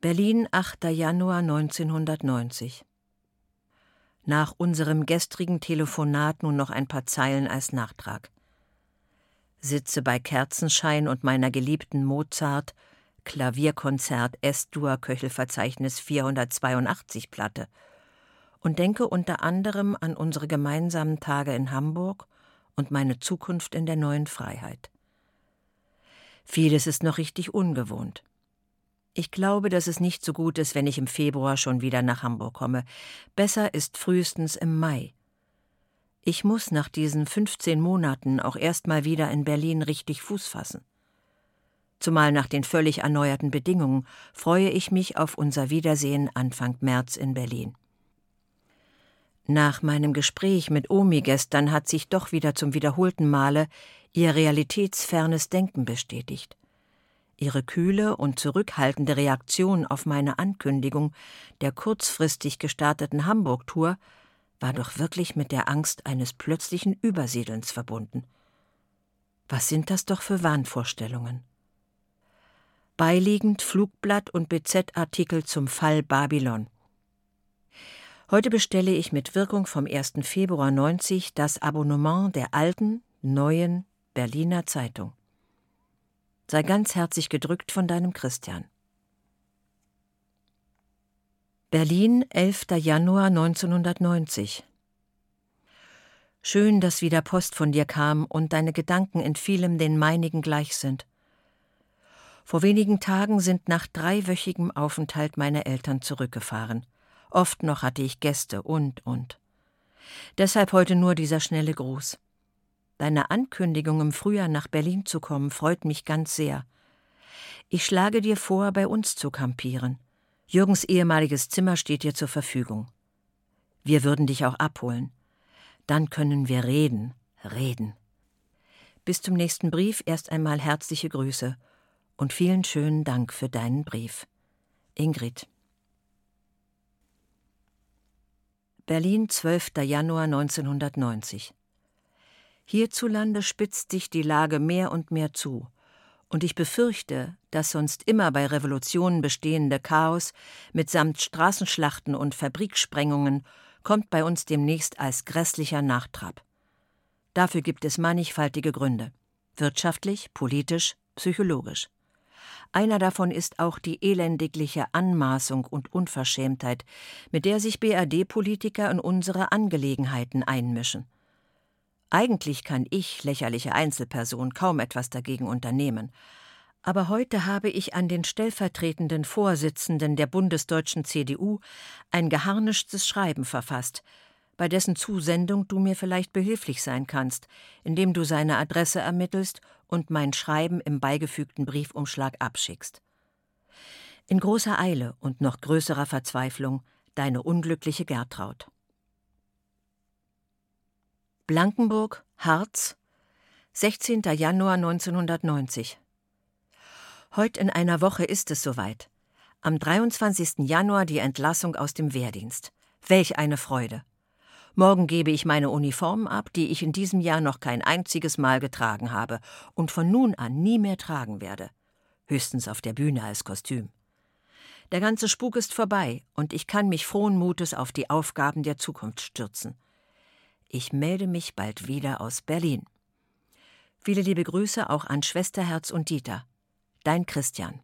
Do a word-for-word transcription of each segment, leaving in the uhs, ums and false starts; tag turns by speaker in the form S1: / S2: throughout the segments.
S1: Berlin, achter Januar neunzehnhundertneunzig. Nach unserem gestrigen Telefonat nun noch ein paar Zeilen als Nachtrag. Sitze bei Kerzenschein und meiner geliebten Mozart, Klavierkonzert S-Dur Köchelverzeichnis vierhundertzweiundachtzig Platte und denke unter anderem an unsere gemeinsamen Tage in Hamburg und meine Zukunft in der neuen Freiheit. Vieles ist noch richtig ungewohnt. Ich glaube, dass es nicht so gut ist, wenn ich im Februar schon wieder nach Hamburg komme. Besser ist frühestens im Mai. Ich muss nach diesen fünfzehn Monaten auch erst mal wieder in Berlin richtig Fuß fassen. Zumal nach den völlig erneuerten Bedingungen freue ich mich auf unser Wiedersehen Anfang März in Berlin. Nach meinem Gespräch mit Omi gestern hat sich doch wieder zum wiederholten Male ihr realitätsfernes Denken bestätigt. Ihre kühle und zurückhaltende Reaktion auf meine Ankündigung der kurzfristig gestarteten Hamburg-Tour war doch wirklich mit der Angst eines plötzlichen Übersiedelns verbunden. Was sind das doch für Wahnvorstellungen? Beiliegend Flugblatt und B Z-Artikel zum Fall Babylon. Heute bestelle ich mit Wirkung vom ersten Februar neunzig das Abonnement der alten, neuen Berliner Zeitung. Sei ganz herzlich gedrückt von deinem Christian. Berlin, elfter Januar neunzehnhundertneunzig. Schön, dass wieder Post von dir kam und deine Gedanken in vielem den meinigen gleich sind. Vor wenigen Tagen sind nach dreiwöchigem Aufenthalt meine Eltern zurückgefahren. Oft noch hatte ich Gäste und, und. Deshalb heute nur dieser schnelle Gruß. Deine Ankündigung, im Frühjahr nach Berlin zu kommen, freut mich ganz sehr. Ich schlage dir vor, bei uns zu kampieren. Jürgens ehemaliges Zimmer steht dir zur Verfügung. Wir würden dich auch abholen. Dann können wir reden, reden. Bis zum nächsten Brief erst einmal herzliche Grüße und vielen schönen Dank für deinen Brief. Ingrid. Berlin, zwölfter Januar neunzehnhundertneunzig. Hierzulande spitzt sich die Lage mehr und mehr zu, und ich befürchte, das sonst immer bei Revolutionen bestehende Chaos mitsamt Straßenschlachten und Fabriksprengungen kommt bei uns demnächst als grässlicher Nachtrab. Dafür gibt es mannigfaltige Gründe, wirtschaftlich, politisch, psychologisch. Einer davon ist auch die elendigliche Anmaßung und Unverschämtheit, mit der sich B R D-Politiker in unsere Angelegenheiten einmischen. Eigentlich kann ich, lächerliche Einzelperson, kaum etwas dagegen unternehmen. Aber heute habe ich an den stellvertretenden Vorsitzenden der bundesdeutschen C D U ein geharnischtes Schreiben verfasst, bei dessen Zusendung du mir vielleicht behilflich sein kannst, indem du seine Adresse ermittelst und mein Schreiben im beigefügten Briefumschlag abschickst. In großer Eile und noch größerer Verzweiflung, deine unglückliche Gertraud. Blankenburg, Harz, sechzehnter Januar neunzehnhundertneunzig. Heut in einer Woche ist es soweit. Am dreiundzwanzigsten Januar die Entlassung aus dem Wehrdienst. Welch eine Freude! Morgen gebe ich meine Uniform ab, die ich in diesem Jahr noch kein einziges Mal getragen habe und von nun an nie mehr tragen werde. Höchstens auf der Bühne als Kostüm. Der ganze Spuk ist vorbei und ich kann mich frohen Mutes auf die Aufgaben der Zukunft stürzen. Ich melde mich bald wieder aus Berlin. Viele liebe Grüße auch an Schwesterherz und Dieter. Dein Christian.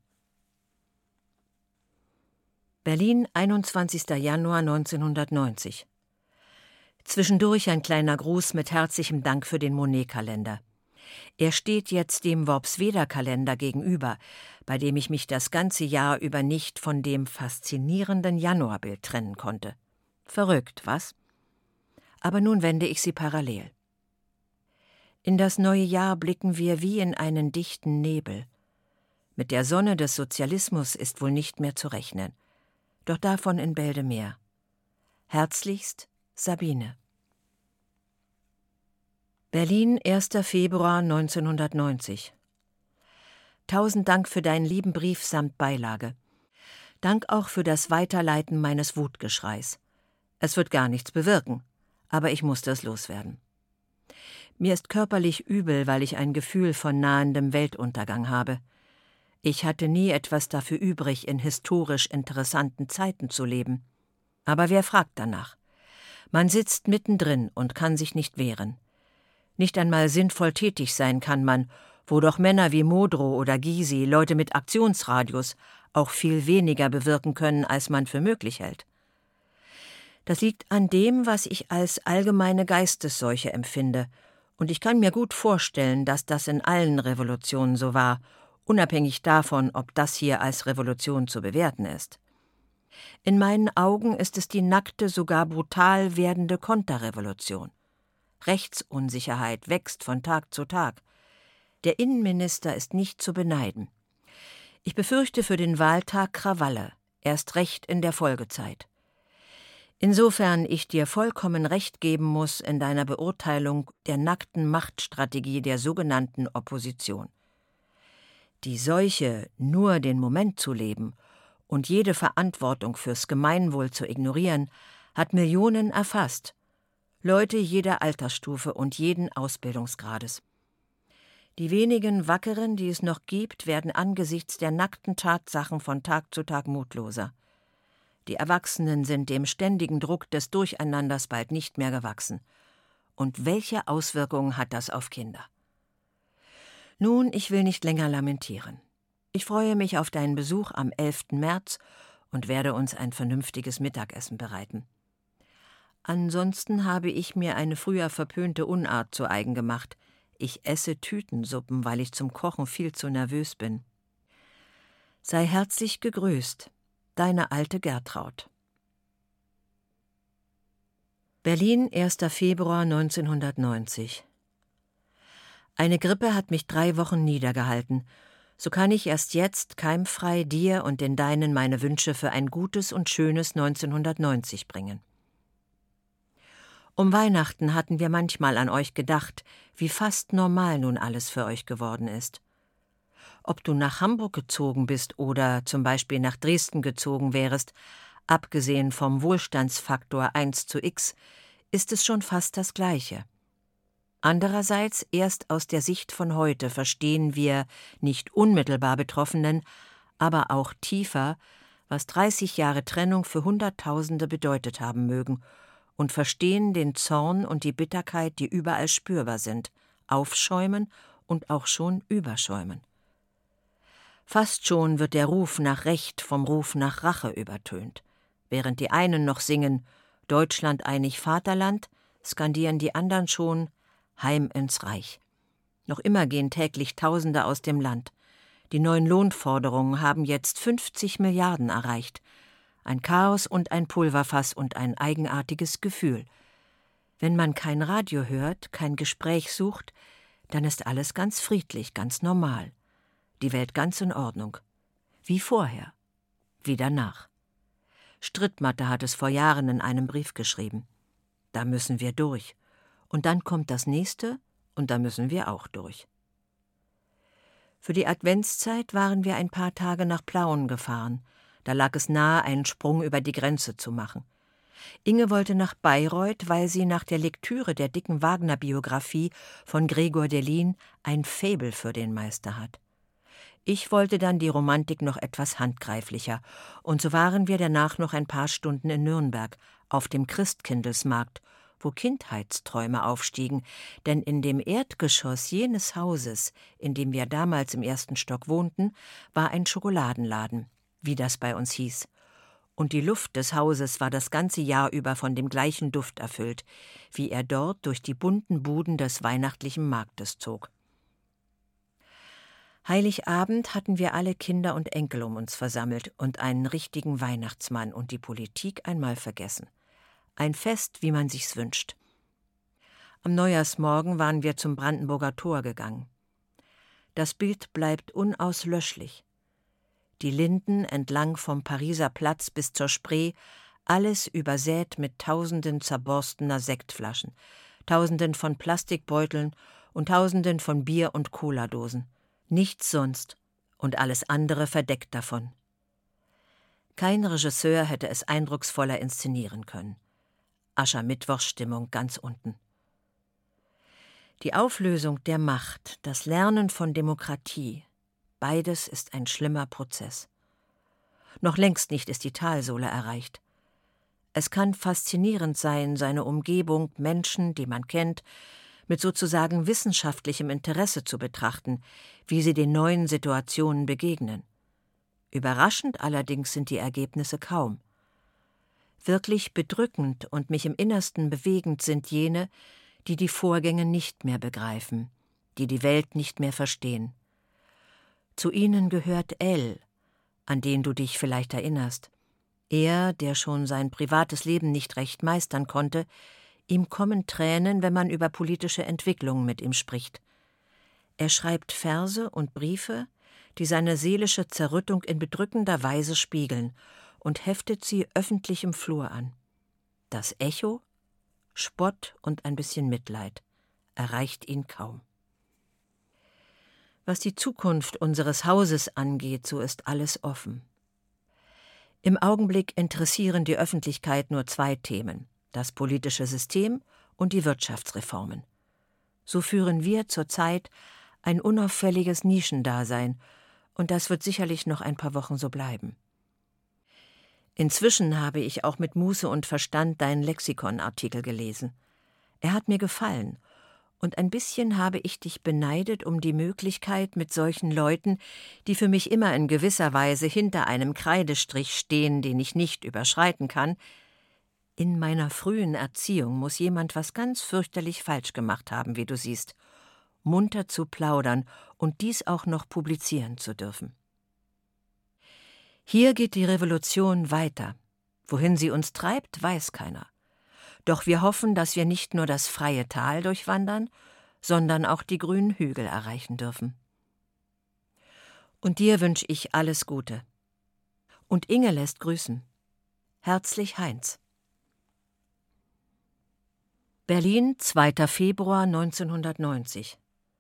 S1: Berlin, einundzwanzigster Januar neunzehnhundertneunzig. Zwischendurch ein kleiner Gruß mit herzlichem Dank für den Monet-Kalender. Er steht jetzt dem Worpsweder-Kalender gegenüber, bei dem ich mich das ganze Jahr über nicht von dem faszinierenden Januarbild trennen konnte. Verrückt, was? Aber nun wende ich sie parallel. In das neue Jahr blicken wir wie in einen dichten Nebel. Mit der Sonne des Sozialismus ist wohl nicht mehr zu rechnen. Doch davon in Bälde mehr. Herzlichst, Sabine. Berlin, erster Februar neunzehnhundertneunzig. Tausend Dank für deinen lieben Brief samt Beilage. Dank auch für das Weiterleiten meines Wutgeschreis. Es wird gar nichts bewirken, aber ich musste es loswerden. Mir ist körperlich übel, weil ich ein Gefühl von nahendem Weltuntergang habe. Ich hatte nie etwas dafür übrig, in historisch interessanten Zeiten zu leben. Aber wer fragt danach? Man sitzt mittendrin und kann sich nicht wehren. Nicht einmal sinnvoll tätig sein kann man, wo doch Männer wie Modrow oder Gysi, Leute mit Aktionsradius, auch viel weniger bewirken können, als man für möglich hält. Das liegt an dem, was ich als allgemeine Geistesseuche empfinde, und ich kann mir gut vorstellen, dass das in allen Revolutionen so war, unabhängig davon, ob das hier als Revolution zu bewerten ist. In meinen Augen ist es die nackte, sogar brutal werdende Konterrevolution. Rechtsunsicherheit wächst von Tag zu Tag. Der Innenminister ist nicht zu beneiden. Ich befürchte für den Wahltag Krawalle, erst recht in der Folgezeit. Insofern ich dir vollkommen recht geben muss in deiner Beurteilung der nackten Machtstrategie der sogenannten Opposition. Die Seuche, nur den Moment zu leben und jede Verantwortung fürs Gemeinwohl zu ignorieren, hat Millionen erfasst. Leute jeder Altersstufe und jeden Ausbildungsgrades. Die wenigen Wackeren, die es noch gibt, werden angesichts der nackten Tatsachen von Tag zu Tag mutloser. Die Erwachsenen sind dem ständigen Druck des Durcheinanders bald nicht mehr gewachsen. Und welche Auswirkungen hat das auf Kinder? Nun, ich will nicht länger lamentieren. Ich freue mich auf deinen Besuch am elften März und werde uns ein vernünftiges Mittagessen bereiten. Ansonsten habe ich mir eine früher verpönte Unart zu eigen gemacht. Ich esse Tütensuppen, weil ich zum Kochen viel zu nervös bin. Sei herzlich gegrüßt. Deine alte Gertraud. Berlin, erster Februar neunzehnhundertneunzig. Eine Grippe hat mich drei Wochen niedergehalten. So kann ich erst jetzt keimfrei dir und den Deinen meine Wünsche für ein gutes und schönes neunzehnhundertneunzig bringen. Um Weihnachten hatten wir manchmal an euch gedacht, wie fast normal nun alles für euch geworden ist. Ob du nach Hamburg gezogen bist oder zum Beispiel nach Dresden gezogen wärest, abgesehen vom Wohlstandsfaktor eins zu x, ist es schon fast das Gleiche. Andererseits, erst aus der Sicht von heute verstehen wir, nicht unmittelbar Betroffenen, aber auch tiefer, was dreißig Jahre Trennung für Hunderttausende bedeutet haben mögen, und verstehen den Zorn und die Bitterkeit, die überall spürbar sind, aufschäumen und auch schon überschäumen. Fast schon wird der Ruf nach Recht vom Ruf nach Rache übertönt. Während die einen noch singen »Deutschland einig Vaterland«, skandieren die anderen schon »Heim ins Reich«. Noch immer gehen täglich Tausende aus dem Land. Die neuen Lohnforderungen haben jetzt fünfzig Milliarden erreicht. Ein Chaos und ein Pulverfass und ein eigenartiges Gefühl. Wenn man kein Radio hört, kein Gespräch sucht, dann ist alles ganz friedlich, ganz normal. Die Welt ganz in Ordnung. Wie vorher. Wie danach. Strittmatter hat es vor Jahren in einem Brief geschrieben. Da müssen wir durch. Und dann kommt das nächste, und da müssen wir auch durch. Für die Adventszeit waren wir ein paar Tage nach Plauen gefahren. Da lag es nahe, einen Sprung über die Grenze zu machen. Inge wollte nach Bayreuth, weil sie nach der Lektüre der dicken Wagner-Biografie von Gregor Delin ein Faible für den Meister hat. Ich wollte dann die Romantik noch etwas handgreiflicher, und so waren wir danach noch ein paar Stunden in Nürnberg, auf dem Christkindlesmarkt, wo Kindheitsträume aufstiegen, denn in dem Erdgeschoss jenes Hauses, in dem wir damals im ersten Stock wohnten, war ein Schokoladenladen, wie das bei uns hieß. Und die Luft des Hauses war das ganze Jahr über von dem gleichen Duft erfüllt, wie er dort durch die bunten Buden des weihnachtlichen Marktes zog. Heiligabend hatten wir alle Kinder und Enkel um uns versammelt und einen richtigen Weihnachtsmann und die Politik einmal vergessen. Ein Fest, wie man sich's wünscht. Am Neujahrsmorgen waren wir zum Brandenburger Tor gegangen. Das Bild bleibt unauslöschlich. Die Linden entlang vom Pariser Platz bis zur Spree, alles übersät mit tausenden zerborstener Sektflaschen, tausenden von Plastikbeuteln und tausenden von Bier- und Coladosen. Nichts sonst und alles andere verdeckt davon. Kein Regisseur hätte es eindrucksvoller inszenieren können. Aschermittwochsstimmung ganz unten. Die Auflösung der Macht, das Lernen von Demokratie, Beides ist ein schlimmer Prozess. Noch längst nicht ist die Talsohle erreicht. Es kann faszinierend sein, seine Umgebung, Menschen, die man kennt, mit sozusagen wissenschaftlichem Interesse zu betrachten, wie sie den neuen Situationen begegnen. Überraschend allerdings sind die Ergebnisse kaum. Wirklich bedrückend und mich im Innersten bewegend sind jene, die die Vorgänge nicht mehr begreifen, die die Welt nicht mehr verstehen. Zu ihnen gehört L., an den du dich vielleicht erinnerst. Er, der schon sein privates Leben nicht recht meistern konnte, ihm kommen Tränen, wenn man über politische Entwicklungen mit ihm spricht. Er schreibt Verse und Briefe, die seine seelische Zerrüttung in bedrückender Weise spiegeln, und heftet sie öffentlich im Flur an. Das Echo, Spott und ein bisschen Mitleid, erreicht ihn kaum. Was die Zukunft unseres Hauses angeht, so ist alles offen. Im Augenblick interessieren die Öffentlichkeit nur zwei Themen: das politische System und die Wirtschaftsreformen. So führen wir zurzeit ein unauffälliges Nischendasein, und das wird sicherlich noch ein paar Wochen so bleiben. Inzwischen habe ich auch mit Muße und Verstand deinen Lexikon-Artikel gelesen. Er hat mir gefallen, und ein bisschen habe ich dich beneidet um die Möglichkeit, mit solchen Leuten, die für mich immer in gewisser Weise hinter einem Kreidestrich stehen, den ich nicht überschreiten kann. In meiner frühen Erziehung muss jemand was ganz fürchterlich falsch gemacht haben, wie du siehst, munter zu plaudern und dies auch noch publizieren zu dürfen. Hier geht die Revolution weiter. Wohin sie uns treibt, weiß keiner. Doch wir hoffen, dass wir nicht nur das freie Tal durchwandern, sondern auch die grünen Hügel erreichen dürfen. Und dir wünsche ich alles Gute. Und Inge lässt grüßen. Herzlich, Heinz. Berlin, zweiter Februar neunzehnhundertneunzig.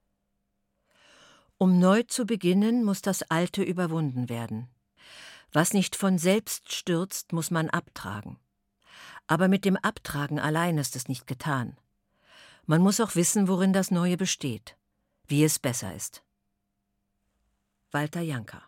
S1: Um neu zu beginnen, muss das Alte überwunden werden. Was nicht von selbst stürzt, muss man abtragen. Aber mit dem Abtragen allein ist es nicht getan. Man muss auch wissen, worin das Neue besteht, wie es besser ist. Walter Janka.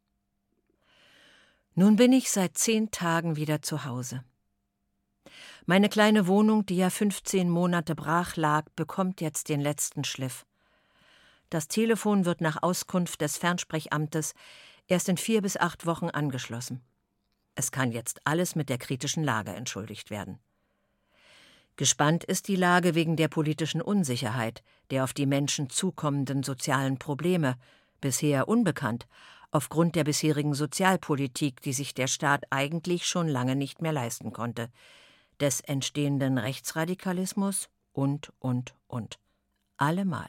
S1: Nun bin ich seit zehn Tagen wieder zu Hause. Meine kleine Wohnung, die ja fünfzehn Monate brach lag, bekommt jetzt den letzten Schliff. Das Telefon wird nach Auskunft des Fernsprechamtes erst in vier bis acht Wochen angeschlossen. Es kann jetzt alles mit der kritischen Lage entschuldigt werden. Gespannt ist die Lage wegen der politischen Unsicherheit, der auf die Menschen zukommenden sozialen Probleme, bisher unbekannt, aufgrund der bisherigen Sozialpolitik, die sich der Staat eigentlich schon lange nicht mehr leisten konnte, des entstehenden Rechtsradikalismus und, und, und. Allemal.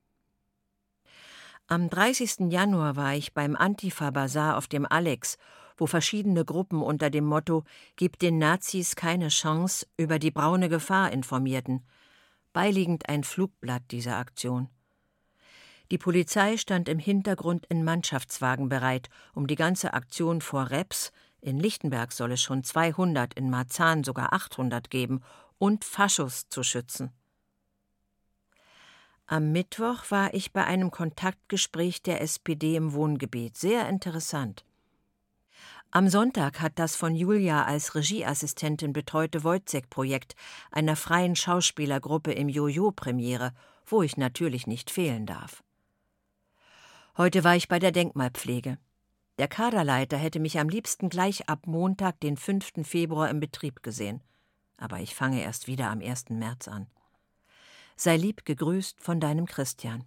S1: Am dreißigsten Januar war ich beim Antifa-Basar auf dem Alex, wo verschiedene Gruppen unter dem Motto »Gib den Nazis keine Chance« über die braune Gefahr informierten, beiliegend ein Flugblatt dieser Aktion. Die Polizei stand im Hintergrund in Mannschaftswagen bereit, um die ganze Aktion vor Reps, in Lichtenberg soll es schon zweihundert, in Marzahn sogar achthundert geben, und Faschos zu schützen. Am Mittwoch war ich bei einem Kontaktgespräch der S P D im Wohngebiet. Sehr interessant. Am Sonntag hat das von Julia als Regieassistentin betreute Wojciech-Projekt einer freien Schauspielergruppe im Jojo Premiere, wo ich natürlich nicht fehlen darf. Heute war ich bei der Denkmalpflege. Der Kaderleiter hätte mich am liebsten gleich ab Montag, den fünften Februar, im Betrieb gesehen. Aber ich fange erst wieder am ersten März an. Sei lieb gegrüßt von deinem Christian.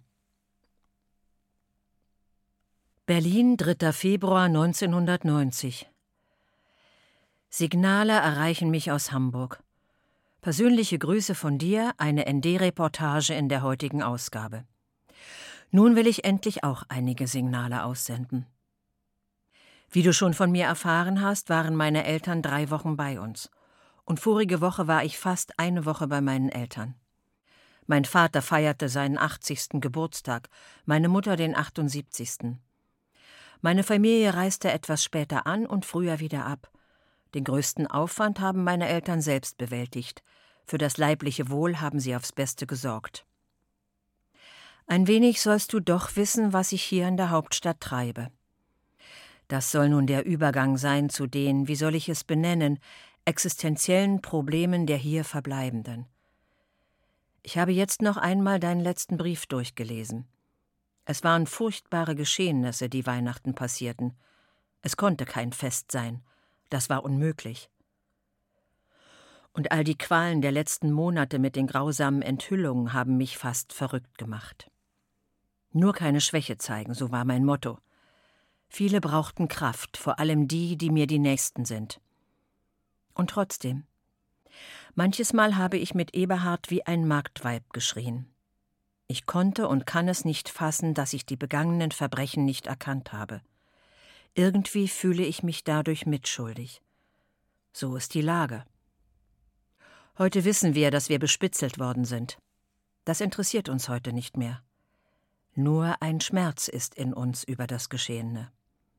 S1: Berlin, dritter Februar neunzehnhundertneunzig. Signale erreichen mich aus Hamburg. Persönliche Grüße von dir, eine N D-Reportage in der heutigen Ausgabe. Nun will ich endlich auch einige Signale aussenden. Wie du schon von mir erfahren hast, waren meine Eltern drei Wochen bei uns. Und vorige Woche war ich fast eine Woche bei meinen Eltern. Mein Vater feierte seinen achtzigsten Geburtstag, meine Mutter den achtundsiebzigsten Meine Familie reiste etwas später an und früher wieder ab. Den größten Aufwand haben meine Eltern selbst bewältigt. Für das leibliche Wohl haben sie aufs Beste gesorgt. Ein wenig sollst du doch wissen, was ich hier in der Hauptstadt treibe. Das soll nun der Übergang sein zu den, wie soll ich es benennen, existenziellen Problemen der hier Verbleibenden. Ich habe jetzt noch einmal deinen letzten Brief durchgelesen. Es waren furchtbare Geschehnisse, die Weihnachten passierten. Es konnte kein Fest sein. Das war unmöglich. Und all die Qualen der letzten Monate mit den grausamen Enthüllungen haben mich fast verrückt gemacht. Nur keine Schwäche zeigen, so war mein Motto. Viele brauchten Kraft, vor allem die, die mir die Nächsten sind. Und trotzdem. Manches Mal habe ich mit Eberhard wie ein Marktweib geschrien. Ich konnte und kann es nicht fassen, dass ich die begangenen Verbrechen nicht erkannt habe. Irgendwie fühle ich mich dadurch mitschuldig. So ist die Lage. Heute wissen wir, dass wir bespitzelt worden sind. Das interessiert uns heute nicht mehr. Nur ein Schmerz ist in uns über das Geschehene.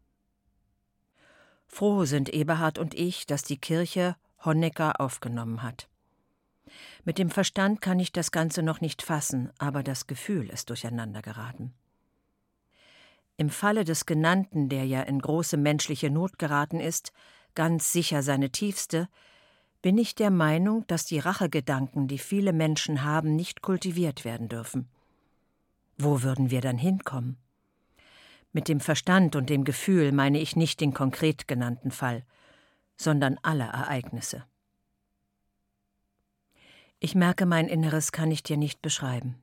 S1: Froh sind Eberhard und ich, dass die Kirche Honecker aufgenommen hat. Mit dem Verstand kann ich das Ganze noch nicht fassen, aber das Gefühl ist durcheinander geraten. Im Falle des Genannten, der ja in große menschliche Not geraten ist, ganz sicher seine tiefste, bin ich der Meinung, dass die Rachegedanken, die viele Menschen haben, nicht kultiviert werden dürfen. Wo würden wir dann hinkommen? Mit dem Verstand und dem Gefühl meine ich nicht den konkret genannten Fall, sondern alle Ereignisse. Ich merke, mein Inneres kann ich dir nicht beschreiben.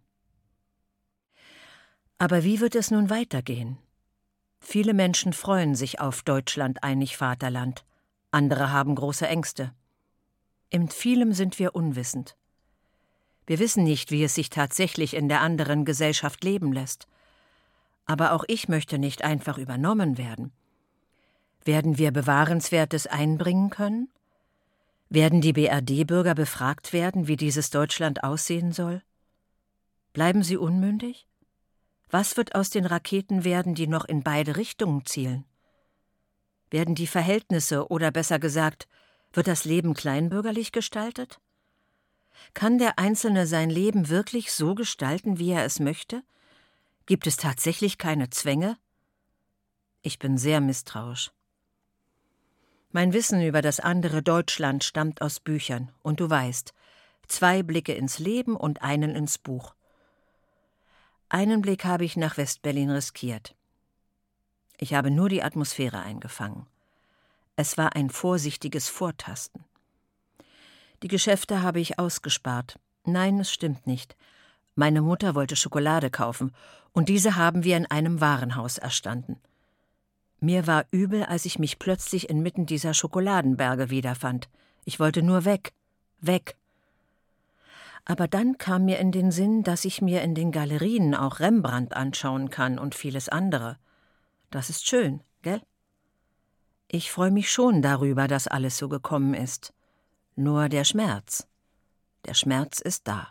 S1: Aber wie wird es nun weitergehen? Viele Menschen freuen sich auf Deutschland einig Vaterland, andere haben große Ängste. In vielem sind wir unwissend. Wir wissen nicht, wie es sich tatsächlich in der anderen Gesellschaft leben lässt. Aber auch ich möchte nicht einfach übernommen werden. Werden wir Bewahrenswertes einbringen können? Werden die B R D-Bürger befragt werden, wie dieses Deutschland aussehen soll? Bleiben sie unmündig? Was wird aus den Raketen werden, die noch in beide Richtungen zielen? Werden die Verhältnisse, oder besser gesagt, wird das Leben kleinbürgerlich gestaltet? Kann der Einzelne sein Leben wirklich so gestalten, wie er es möchte? Gibt es tatsächlich keine Zwänge? Ich bin sehr misstrauisch. Mein Wissen über das andere Deutschland stammt aus Büchern, und du weißt, zwei Blicke ins Leben und einen ins Buch. Einen Blick habe ich nach West-Berlin riskiert. Ich habe nur die Atmosphäre eingefangen. Es war ein vorsichtiges Vortasten. Die Geschäfte habe ich ausgespart. Nein, es stimmt nicht. Meine Mutter wollte Schokolade kaufen, und diese haben wir in einem Warenhaus erstanden. Mir war übel, als ich mich plötzlich inmitten dieser Schokoladenberge wiederfand. Ich wollte nur weg, weg. Aber dann kam mir in den Sinn, dass ich mir in den Galerien auch Rembrandt anschauen kann und vieles andere. Das ist schön, gell? Ich freue mich schon darüber, dass alles so gekommen ist. Nur der Schmerz. Der Schmerz ist da.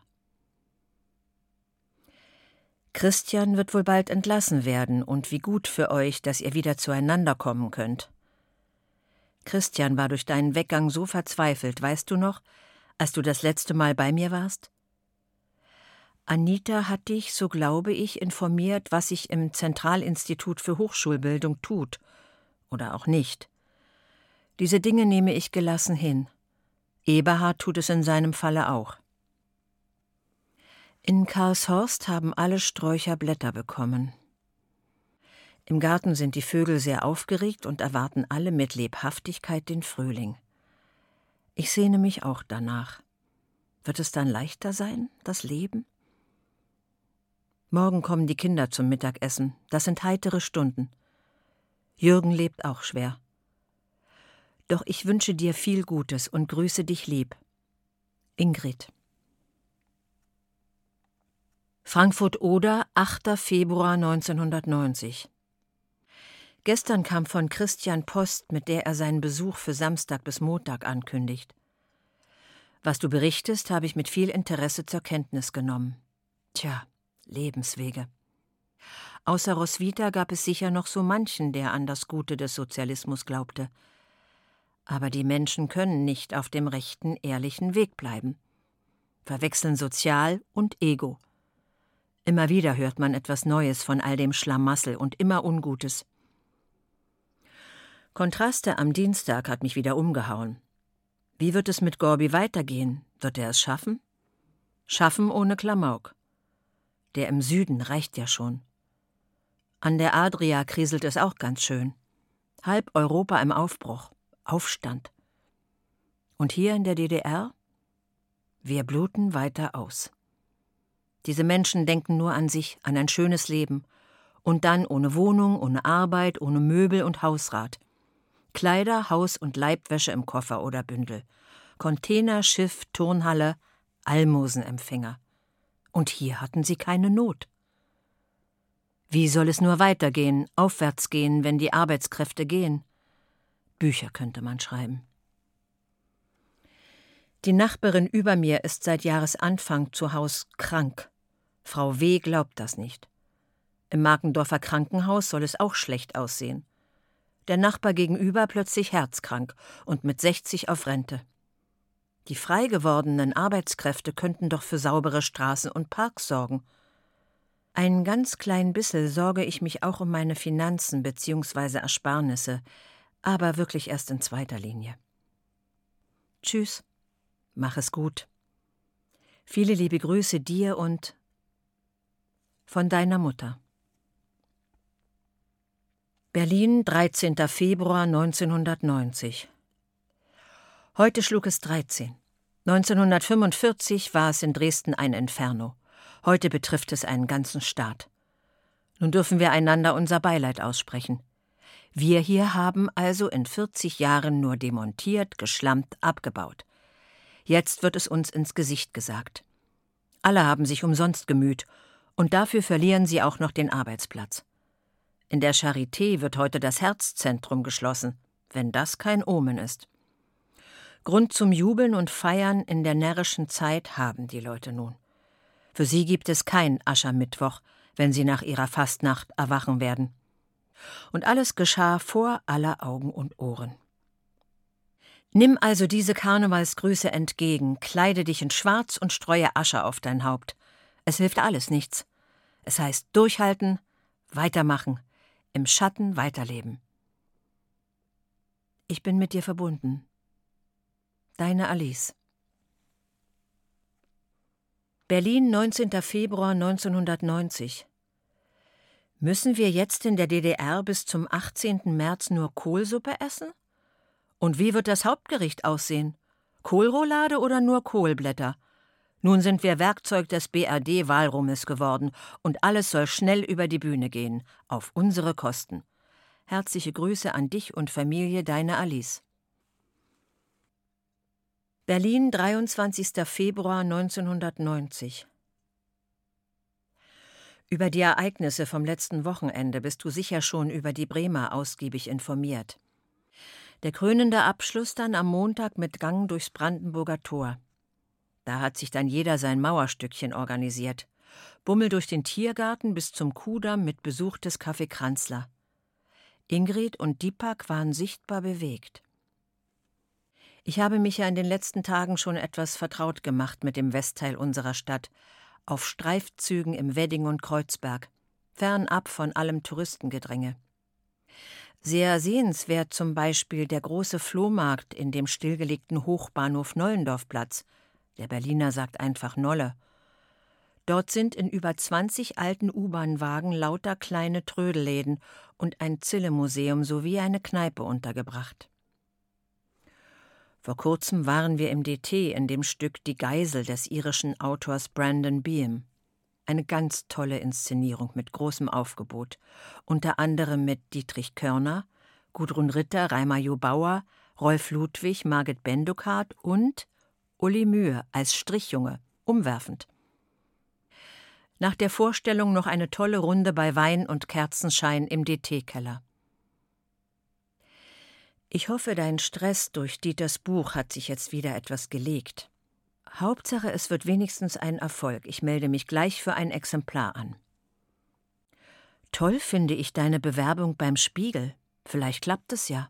S1: Christian wird wohl bald entlassen werden, und wie gut für euch, dass ihr wieder zueinander kommen könnt. Christian war durch deinen Weggang so verzweifelt, weißt du noch, als du das letzte Mal bei mir warst? Anita hat dich, so glaube ich, informiert, was sich im Zentralinstitut für Hochschulbildung tut. Oder auch nicht. Diese Dinge nehme ich gelassen hin. Eberhard tut es in seinem Falle auch. In Karlshorst haben alle Sträucher Blätter bekommen. Im Garten sind die Vögel sehr aufgeregt und erwarten alle mit Lebhaftigkeit den Frühling. Ich sehne mich auch danach. Wird es dann leichter sein, das Leben? Morgen kommen die Kinder zum Mittagessen. Das sind heitere Stunden. Jürgen lebt auch schwer. Doch ich wünsche dir viel Gutes und grüße dich lieb. Ingrid. Frankfurt-Oder, achter Februar neunzehnhundertneunzig. Gestern kam von Christian Post, mit der er seinen Besuch für Samstag bis Montag ankündigt. Was du berichtest, habe ich mit viel Interesse zur Kenntnis genommen. Tja, Lebenswege. Außer Roswitha gab es sicher noch so manchen, der an das Gute des Sozialismus glaubte. Aber die Menschen können nicht auf dem rechten, ehrlichen Weg bleiben. Verwechseln Sozial und Ego. Immer wieder hört man etwas Neues von all dem Schlamassel und immer Ungutes. Kontraste am Dienstag hat mich wieder umgehauen. Wie wird es mit Gorby weitergehen? Wird er es schaffen? Schaffen ohne Klamauk. Der im Süden reicht ja schon. An der Adria kriselt es auch ganz schön. Halb Europa im Aufbruch. Aufstand. Und hier in der D D R? Wir bluten weiter aus. Diese Menschen denken nur an sich, an ein schönes Leben. Und dann ohne Wohnung, ohne Arbeit, ohne Möbel und Hausrat. Kleider, Haus- und Leibwäsche im Koffer oder Bündel. Container, Schiff, Turnhalle, Almosenempfänger. Und hier hatten sie keine Not. Wie soll es nur weitergehen, aufwärts gehen, wenn die Arbeitskräfte gehen? Bücher könnte man schreiben. Die Nachbarin über mir ist seit Jahresanfang zu Haus krank. Frau W. glaubt das nicht. Im Markendorfer Krankenhaus soll es auch schlecht aussehen. Der Nachbar gegenüber plötzlich herzkrank und mit sechzig auf Rente. Die frei gewordenen Arbeitskräfte könnten doch für saubere Straßen und Parks sorgen. Ein ganz klein bissel sorge ich mich auch um meine Finanzen bzw. Ersparnisse, aber wirklich erst in zweiter Linie. Tschüss, mach es gut. Viele liebe Grüße dir und von deiner Mutter. Berlin, dreizehnter Februar neunzehnhundertneunzig. Heute schlug es dreizehn. neunzehnhundertfünfundvierzig war es in Dresden ein Inferno. Heute betrifft es einen ganzen Staat. Nun dürfen wir einander unser Beileid aussprechen. Wir hier haben also in vierzig Jahren nur demontiert, geschlampt, abgebaut. Jetzt wird es uns ins Gesicht gesagt. Alle haben sich umsonst gemüht, und dafür verlieren sie auch noch den Arbeitsplatz. In der Charité wird heute das Herzzentrum geschlossen, wenn das kein Omen ist. Grund zum Jubeln und Feiern in der närrischen Zeit haben die Leute nun. Für sie gibt es kein Aschermittwoch, wenn sie nach ihrer Fastnacht erwachen werden. Und alles geschah vor aller Augen und Ohren. Nimm also diese Karnevalsgrüße entgegen, kleide dich in Schwarz und streue Asche auf dein Haupt. Es hilft alles nichts. Es heißt durchhalten, weitermachen, im Schatten weiterleben. Ich bin mit dir verbunden. Deine Alice. Berlin, neunzehnter Februar neunzehnhundertneunzig. Müssen wir jetzt in der D D R bis zum achtzehnten März nur Kohlsuppe essen? Und wie wird das Hauptgericht aussehen? Kohlroulade oder nur Kohlblätter? Nun sind wir Werkzeug des B R D-Wahlrummes geworden und alles soll schnell über die Bühne gehen, auf unsere Kosten. Herzliche Grüße an dich und Familie, deine Alice. Berlin, dreiundzwanzigster Februar neunzehnhundertneunzig. Über die Ereignisse vom letzten Wochenende bist du sicher schon über die Bremer ausgiebig informiert. Der krönende Abschluss dann am Montag mit Gang durchs Brandenburger Tor. Da hat sich dann jeder sein Mauerstückchen organisiert. Bummel durch den Tiergarten bis zum Kudamm mit Besuch des Café Kranzler. Ingrid und Dipak waren sichtbar bewegt. Ich habe mich ja in den letzten Tagen schon etwas vertraut gemacht mit dem Westteil unserer Stadt, auf Streifzügen im Wedding und Kreuzberg, fernab von allem Touristengedränge. Sehr sehenswert zum Beispiel der große Flohmarkt in dem stillgelegten Hochbahnhof Nollendorfplatz. Der Berliner sagt einfach Nolle. Dort sind in über zwanzig alten U-Bahn-Wagen lauter kleine Trödelläden und ein Zille-Museum sowie eine Kneipe untergebracht. Vor kurzem waren wir im D T in dem Stück Die Geisel des irischen Autors Brandon Beam. Eine ganz tolle Inszenierung mit großem Aufgebot, unter anderem mit Dietrich Körner, Gudrun Ritter, Reimer Jo Bauer, Rolf Ludwig, Margit Bendukat und Uli Mühe als Strichjunge, umwerfend. Nach der Vorstellung noch eine tolle Runde bei Wein und Kerzenschein im D T-Keller. Ich hoffe, dein Stress durch Dieters Buch hat sich jetzt wieder etwas gelegt. Hauptsache, es wird wenigstens ein Erfolg. Ich melde mich gleich für ein Exemplar an. Toll finde ich deine Bewerbung beim Spiegel. Vielleicht klappt es ja.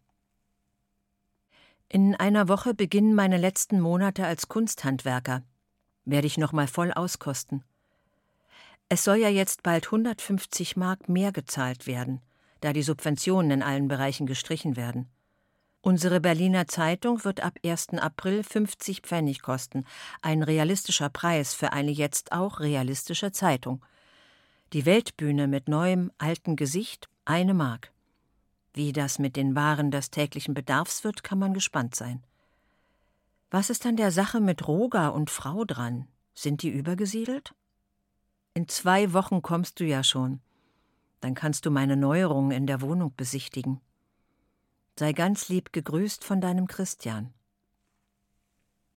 S1: In einer Woche beginnen meine letzten Monate als Kunsthandwerker. Werde ich noch mal voll auskosten. Es soll ja jetzt bald hundertfünfzig Mark mehr gezahlt werden, da die Subventionen in allen Bereichen gestrichen werden. Unsere Berliner Zeitung wird ab ersten April fünfzig Pfennig kosten, ein realistischer Preis für eine jetzt auch realistische Zeitung. Die Weltbühne mit neuem, altem Gesicht, eine Mark. Wie das mit den Waren des täglichen Bedarfs wird, kann man gespannt sein. Was ist an der Sache mit Roger und Frau dran? Sind die übergesiedelt? In zwei Wochen kommst du ja schon. Dann kannst du meine Neuerungen in der Wohnung besichtigen. Sei ganz lieb gegrüßt von deinem Christian.